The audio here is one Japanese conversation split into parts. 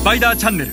スパイダーチャンネル。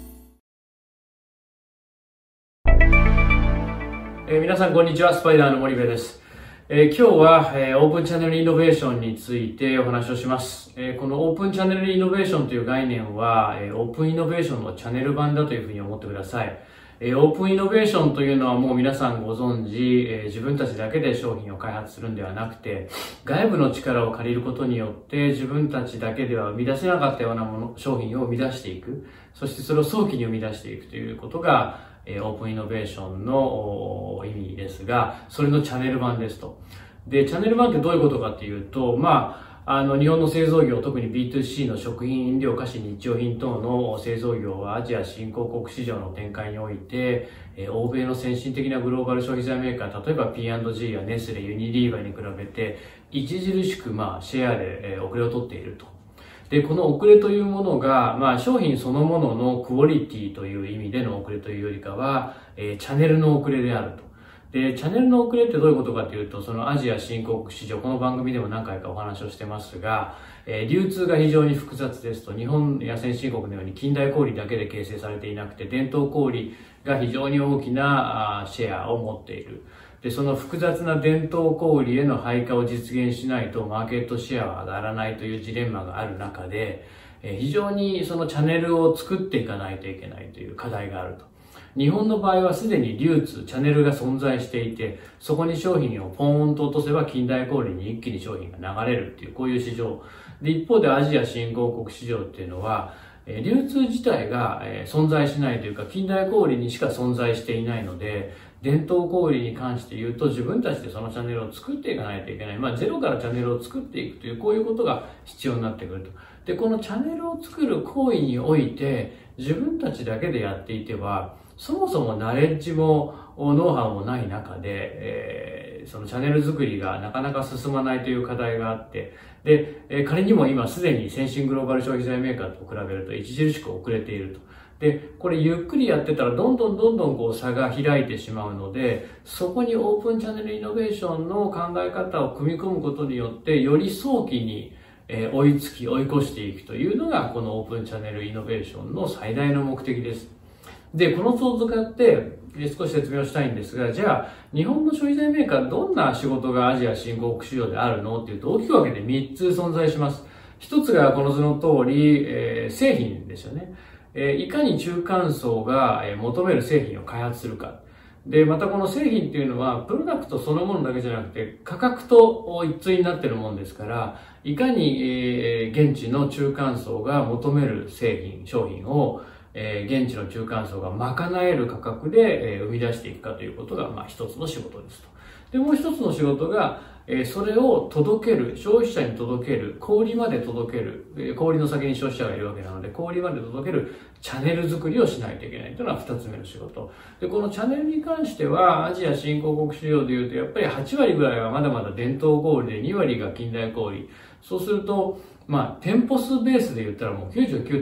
皆さんこんにちは、スパイダーの森部です。今日は、オープンチャンネルイノベーションについてお話をします。このオープンチャンネルイノベーションという概念は、オープンイノベーションのチャンネル版だというふうに思ってください。オープンイノベーションというのはもう皆さんご存知、自分たちだけで商品を開発するんではなくて、外部の力を借りることによって自分たちだけでは生み出せなかったような商品を生み出していく、そしてそれを早期に生み出していくということが、オープンイノベーションの意味ですが、それのチャンネル版ですと。で、チャンネル版ってどういうことかっていうと、日本の製造業、特に B2C の食品、飲料、菓子、日用品等の製造業はアジア新興国市場の展開において、欧米の先進的なグローバル消費財メーカー、例えば P&G やネスレ、ユニリーバーに比べて、著しくシェアで遅れを取っていると。で、この遅れというものが、商品そのもののクオリティという意味での遅れというよりかは、チャンネルの遅れであると。で、チャンネルの遅れってどういうことかというと、そのアジア新興国市場、この番組でも何回かお話をしてますが、流通が非常に複雑ですと、日本や先進国のように近代小売だけで形成されていなくて、伝統小売が非常に大きなシェアを持っている。で、その複雑な伝統小売への配下を実現しないとマーケットシェアは上がらないというジレンマがある中で、非常にそのチャンネルを作っていかないといけないという課題があると。日本の場合はすでに流通、チャンネルが存在していて、そこに商品をポーンと落とせば近代小売に一気に商品が流れるっていう、こういう市場。で、一方でアジア新興国市場っていうのは、流通自体が存在しないというか、近代小売にしか存在していないので、伝統小売に関して言うと自分たちでそのチャンネルを作っていかないといけない。ゼロからチャンネルを作っていくという、こういうことが必要になってくると。で、このチャンネルを作る行為において、自分たちだけでやっていては、そもそもナレッジもノウハウもない中で、そのチャンネル作りがなかなか進まないという課題があって、で、仮にも今すでに先進グローバル消費財メーカーと比べると著しく遅れていると。で、これゆっくりやってたらどんどんこう差が開いてしまうので、そこにオープンチャンネルイノベーションの考え方を組み込むことによって、より早期に追いつき追い越していくというのがこのオープンチャンネルイノベーションの最大の目的です。で、この図を使って少し説明をしたいんですが、じゃあ日本の消費財メーカーどんな仕事がアジア新興国市場であるのっていうと、大きく分けて3つ存在します。一つがこの図の通り、製品ですよね。いかに中間層が求める製品を開発するか。で、またこの製品っていうのは、プロダクトそのものだけじゃなくて、価格と一対になっているもんですから、いかに現地の中間層が求める製品、商品を現地の中間層が賄える価格で生み出していくかということが、一つの仕事ですと。で、もう一つの仕事が、それを届ける、消費者に届ける、小売まで届ける、小売の先に消費者がいるわけなので、小売まで届けるチャンネル作りをしないといけないというのが二つ目の仕事。で、このチャンネルに関しては、アジア新興国市場でいうと、やっぱり8割ぐらいはまだまだ伝統小売で2割が近代小売。そうすると、店舗数ベースで言ったらもう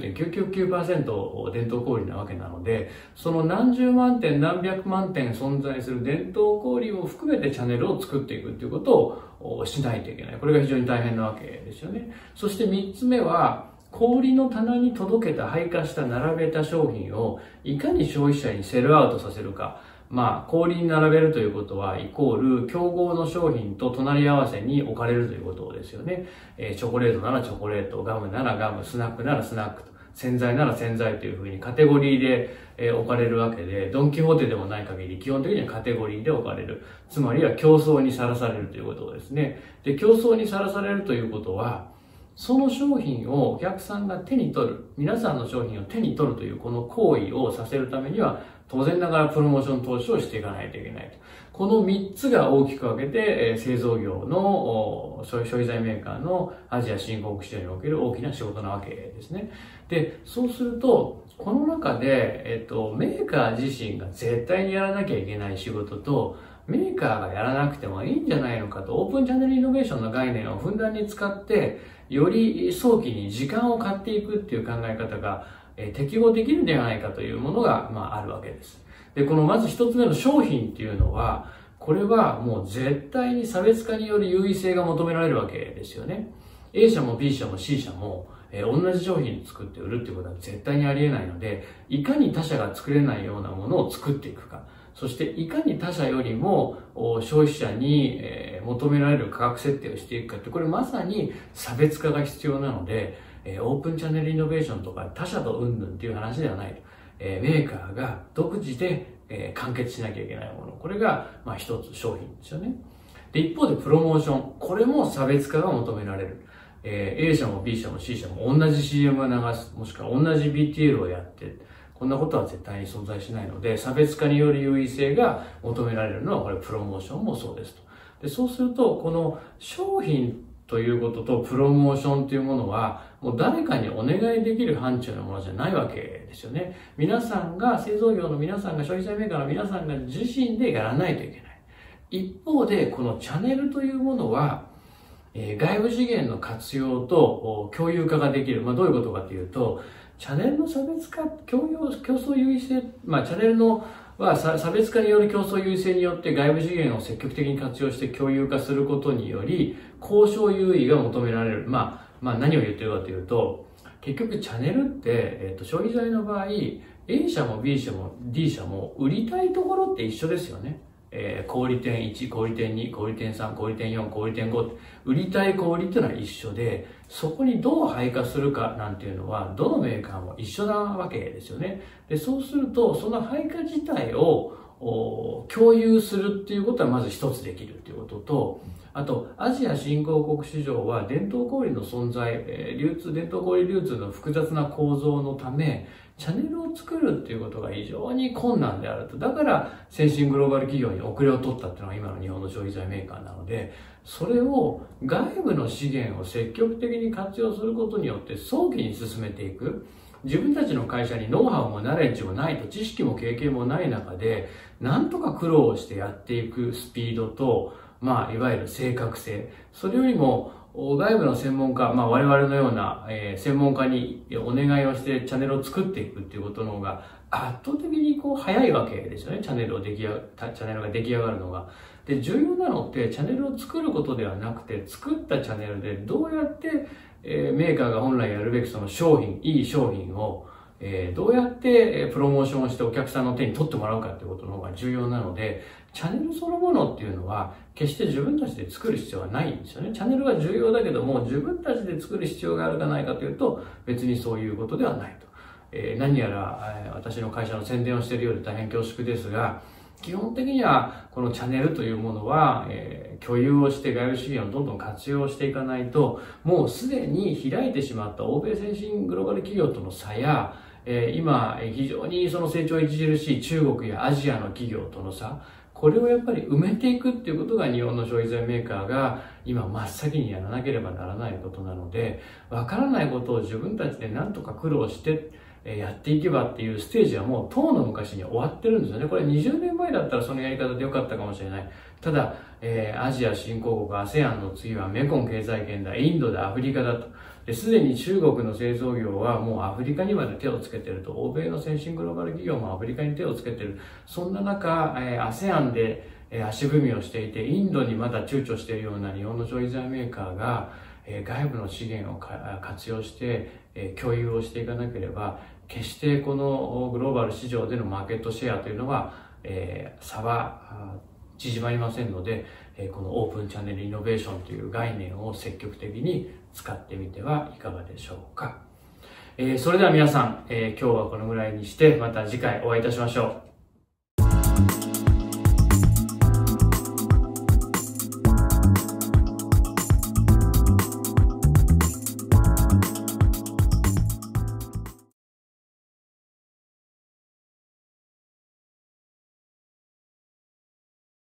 99.999% 伝統小売なわけなので、その何十万点何百万点存在する伝統小売も含めてチャンネルを作っていくということをしないといけない。これが非常に大変なわけですよね。そして3つ目は、小売の棚に届けた、配下した、並べた商品をいかに消費者にセルアウトさせるか。小売に並べるということは、イコール、競合の商品と隣り合わせに置かれるということですよね。チョコレートならチョコレート、ガムならガム、スナックならスナックと、洗剤なら洗剤というふうにカテゴリーで置かれるわけで、ドンキホーテでもない限り、基本的にはカテゴリーで置かれる。つまりは競争にさらされるということですね。で、競争にさらされるということは、その商品をお客さんが手に取る、皆さんの商品を手に取るというこの行為をさせるためには、当然ながらプロモーション投資をしていかないといけないと。この3つが大きく分けて、製造業の消費財メーカーのアジア新興国市場における大きな仕事なわけですね。で、そうすると、この中で、メーカー自身が絶対にやらなきゃいけない仕事と、メーカーがやらなくてもいいんじゃないのかと、オープンチャンネルイノベーションの概念をふんだんに使って、より早期に時間を買っていくっていう考え方が、適合できるんではないかというものが、あるわけです。で、このまず一つ目の商品っていうのは、これはもう絶対に差別化による優位性が求められるわけですよね。 A 社も B 社も C 社も、同じ商品作って売るっていうことは絶対にありえないので、いかに他社が作れないようなものを作っていくか、そしていかに他社よりも消費者に求められる価格設定をしていくかって、これまさに差別化が必要なので、オープンチャンネルイノベーションとか他社と云々っていう話ではない。メーカーが独自で完結しなきゃいけないもの。これが一つ商品ですよね。で、一方でプロモーション。これも差別化が求められる。A 社も B 社も C 社も同じ CM を流す、もしくは同じ BTL をやって、こんなことは絶対に存在しないので、差別化による優位性が求められるのは、これプロモーションもそうですと。で、そうすると、この商品ということとプロモーションというものは、もう誰かにお願いできる範疇のものじゃないわけですよね。皆さんが、製造業の皆さんが、消費者メーカーの皆さんが自身でやらないといけない。一方で、このチャンネルというものは、外部資源の活用と共有化ができる。どういうことかというと、チャンネルの差別化、競争優位性、チャンネルの差別化による競争優位性によって外部資源を積極的に活用して共有化することにより、交渉優位が求められる。何を言ってるかというと、結局チャンネルって、消費財の場合、A 社も B 社も D 社も売りたいところって一緒ですよね。小売店1、小売店2、小売店3、小売店4、小売店5、売りたい小売っていうのは一緒で、そこにどう配下するかなんていうのは、どのメーカーも一緒なわけですよね。で、そうすると、その配下自体を共有するっていうことはまず一つできるっていうことと、あと、アジア新興国市場は伝統小売の存在、伝統小売流通の複雑な構造のため、チャンネルを作るっていうことが非常に困難であると。だから、先進グローバル企業に遅れを取ったっていうのが今の日本の消費財メーカーなので、それを外部の資源を積極的に活用することによって早期に進めていく。自分たちの会社にノウハウもナレッジもないと、知識も経験もない中で、なんとか苦労してやっていくスピードと、いわゆる正確性。それよりも、外部の専門家、我々のような、専門家にお願いをしてチャンネルを作っていくっていうことの方が圧倒的に早いわけですよね。チャンネルが出来上がるのが。で、重要なのってチャンネルを作ることではなくて、作ったチャンネルでどうやって、メーカーが本来やるべきその商品、いい商品をどうやってプロモーションをしてお客さんの手に取ってもらうかっていうことの方が重要なので、チャンネルそのものっていうのは決して自分たちで作る必要はないんですよね。チャンネルは重要だけども、自分たちで作る必要があるかないかというと、別にそういうことではないと。何やら私の会社の宣伝をしているようで大変恐縮ですが、基本的にはこのチャンネルというものは、共有をして外部資源をどんどん活用していかないと、もうすでに開いてしまった欧米先進グローバル企業との差や、今非常にその成長著しい中国やアジアの企業との差、これをやっぱり埋めていくっていうことが日本の消費財メーカーが今真っ先にやらなければならないことなので、わからないことを自分たちで何とか苦労してやっていけばっていうステージはもうとうの昔に終わってるんですよね。これ20年前だったらそのやり方でよかったかもしれない。ただ、アジア新興国 ASEAN の次はメコン経済圏だ、インドだ、アフリカだと。すでに中国の製造業はもうアフリカにまで手をつけてると。欧米の先進グローバル企業もアフリカに手をつけてる。そんな中、ASEAN で足踏みをしていて、インドにまだ躊躇しているような日本の消費財メーカーが、外部の資源を活用して、共有をしていかなければ、決してこのグローバル市場でのマーケットシェアというのは、差は縮まりませんので、このオープンチャンネルイノベーションという概念を積極的に使ってみてはいかがでしょうか。それでは皆さん、今日はこのぐらいにして、また次回お会いいたしましょう。